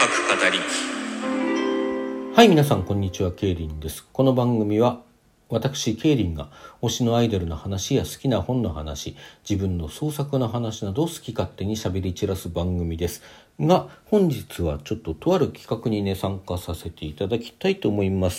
語り。 はい、皆さんこんにちは、ケイリンです。この番組は私ケイリンが推しのアイドルの話や好きな本の話、自分の創作の話などを好き勝手に喋り散らす番組ですが、本日はちょっととある企画にね参加させていただきたいと思います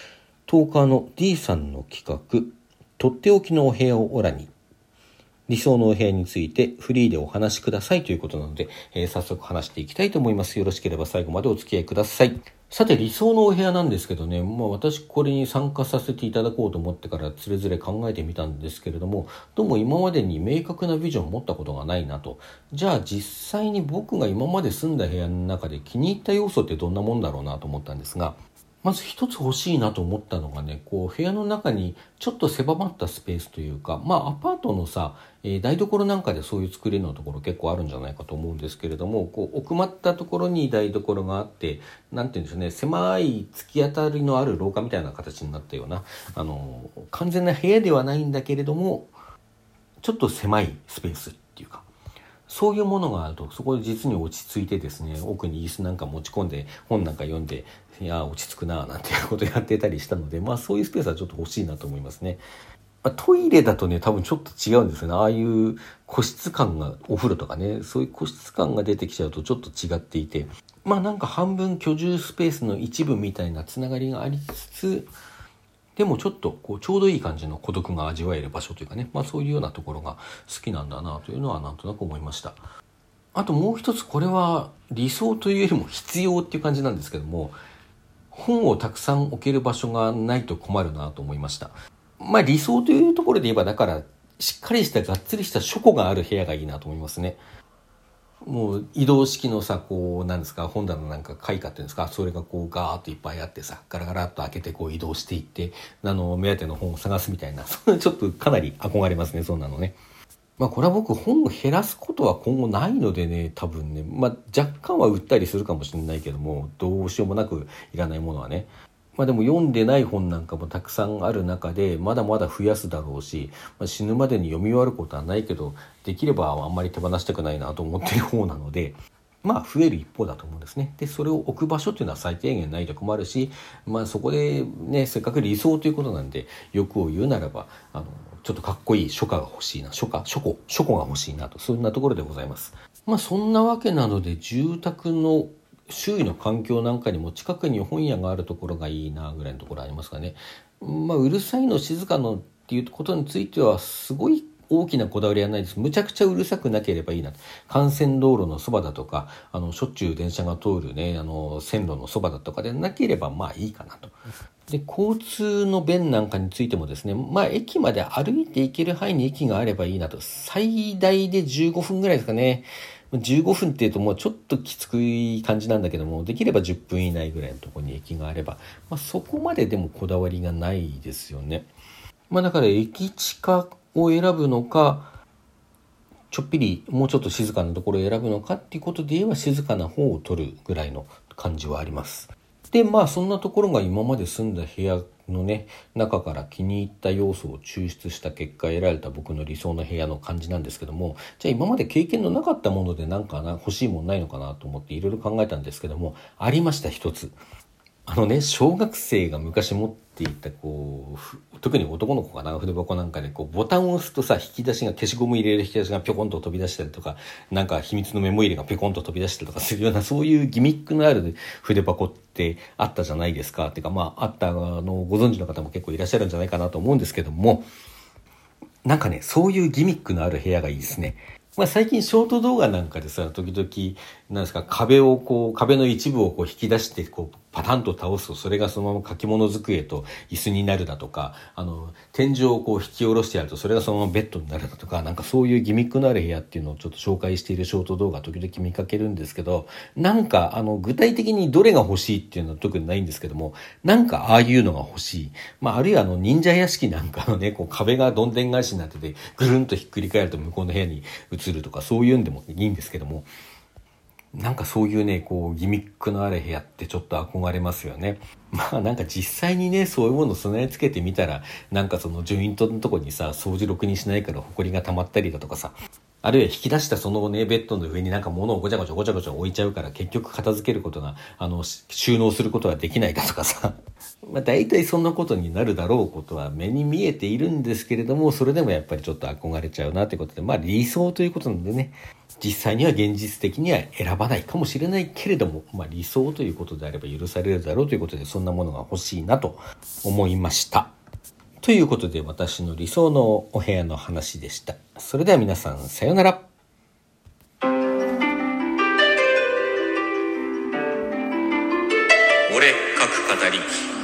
。10日の D さんの企画、とっておきのお部屋をオラに、理想のお部屋についてフリーでお話しくださいということなので、早速話していきたいと思います。よろしければ最後までお付き合いください。さて、理想のお部屋なんですけどね、私これに参加させていただこうと思ってからつれづれ考えてみたんですけれども、どうも今までに明確なビジョンを持ったことがないなと。じゃあ実際に僕が今まで住んだ部屋の中で気に入った要素ってどんなもんだろうなと思ったんですが、まず一つ欲しいなと思ったのがね、こう部屋の中にちょっと狭まったスペースというか、アパートのさ、台所なんかでそういう作りのところ結構あるんじゃないかと思うんですけれども、こう奥まったところに台所があって、なんて言うんでしょうね、狭い突き当たりのある廊下みたいな形になったような、完全な部屋ではないんだけれども、ちょっと狭いスペースっていうか、そういうものがあるとそこで実に落ち着いてですね、奥に椅子なんか持ち込んで本なんか読んで、いや落ち着くななんていうことをやってたりしたので、そういうスペースはちょっと欲しいなと思いますね。トイレだとね多分ちょっと違うんですよね。ああいう個室感が、お風呂とかね、そういう個室感が出てきちゃうとちょっと違っていて、なんか半分居住スペースの一部みたいなつながりがありつつ、でもちょっとこうちょうどいい感じの孤独が味わえる場所というかね、そういうようなところが好きなんだなというのはなんとなく思いました。あともう一つ、これは理想というよりも必要っていう感じなんですけども、本をたくさん置ける場所がないと困るなと思いました。理想というところで言えば、だからしっかりしたがっつりした書庫がある部屋がいいなと思いますね。もう移動式のさ、こうなんですか、本棚なんか開花っていうんですか、それがこうガーッといっぱいあってさ、ガラガラっと開けてこう移動していって、目当ての本を探すみたいな、それちょっとかなり憧れますね、そんなのね。これは僕本を減らすことは今後ないのでね、多分ね、若干は売ったりするかもしれないけども、どうしようもなくいらないものはね。でも読んでない本なんかもたくさんある中で、まだまだ増やすだろうし、死ぬまでに読み終わることはないけど、できればあんまり手放したくないなと思ってる方なので、増える一方だと思うんですね。で、それを置く場所っていうのは最低限ないと困るし、そこでね、せっかく理想ということなんで、欲を言うならば、ちょっとかっこいい書家が欲しいな、書庫が欲しいなと、そんなところでございます。そんなわけなので、住宅の周囲の環境なんかにも近くに本屋があるところがいいなぐらいのところありますかね。うるさいの静かのっていうことについてはすごい大きなこだわりはないです。むちゃくちゃうるさくなければいいなと。幹線道路のそばだとか、しょっちゅう電車が通るね、線路のそばだとかでなければいいかなと。で、交通の便なんかについてもですね、駅まで歩いて行ける範囲に駅があればいいなと。最大で15分ぐらいですかね。15分っていうともうちょっときつい感じなんだけども、できれば10分以内ぐらいのところに駅があれば、そこまででもこだわりがないですよね。だから駅近を選ぶのか、ちょっぴりもうちょっと静かなところを選ぶのかっていうことで言えば静かな方を取るぐらいの感じはあります。で、そんなところが今まで住んだ部屋のね、中から気に入った要素を抽出した結果得られた僕の理想の部屋の感じなんですけども、じゃあ今まで経験のなかったもので欲しいものないのかなと思っていろいろ考えたんですけども、ありました、一つ。小学生が昔持っていた特に男の子かな、筆箱なんかでボタンを押すとさ、引き出しが、消しゴム入れる引き出しがピョコンと飛び出したりとか、なんか秘密のメモ入れがピョコンと飛び出したりとかするような、そういうギミックのある筆箱ってあったじゃないですか。っていうかあったご存知の方も結構いらっしゃるんじゃないかなと思うんですけども、なんかね、そういうギミックのある部屋がいいですね。最近ショート動画なんかでさ、時々なんですか、壁の一部を引き出してパタンと倒すと、それがそのまま書き物机と椅子になるだとか、天井を引き下ろしてやるとそれがそのままベッドになるだとか、なんかそういうギミックのある部屋っていうのをちょっと紹介しているショート動画時々見かけるんですけど、なんか具体的にどれが欲しいっていうのは特にないんですけども、なんかああいうのが欲しい。あるいは忍者屋敷なんかのね、壁がどんでん返しになっててぐるんとひっくり返ると向こうの部屋に移るとか、そういうんでもいいんですけども、なんかそういうね、ギミックのある部屋ってちょっと憧れますよね。なんか実際にね、そういうものを備え付けてみたら、なんかそのジョイントのとこにさ、掃除ろくにしないから埃が溜まったりだとかさ、 あるいは引き出したそのね、ベッドの上になんか物をごちゃごちゃ置いちゃうから結局片付けることが、収納することができないだとかさ。大体そんなことになるだろうことは目に見えているんですけれども、それでもやっぱりちょっと憧れちゃうなということで、理想ということなんでね、実際には現実的には選ばないかもしれないけれども、理想ということであれば許されるだろうということで、そんなものが欲しいなと思いました。ということで、私の理想のお部屋の話でした。それでは皆さん、さようなら。 俺、各語り。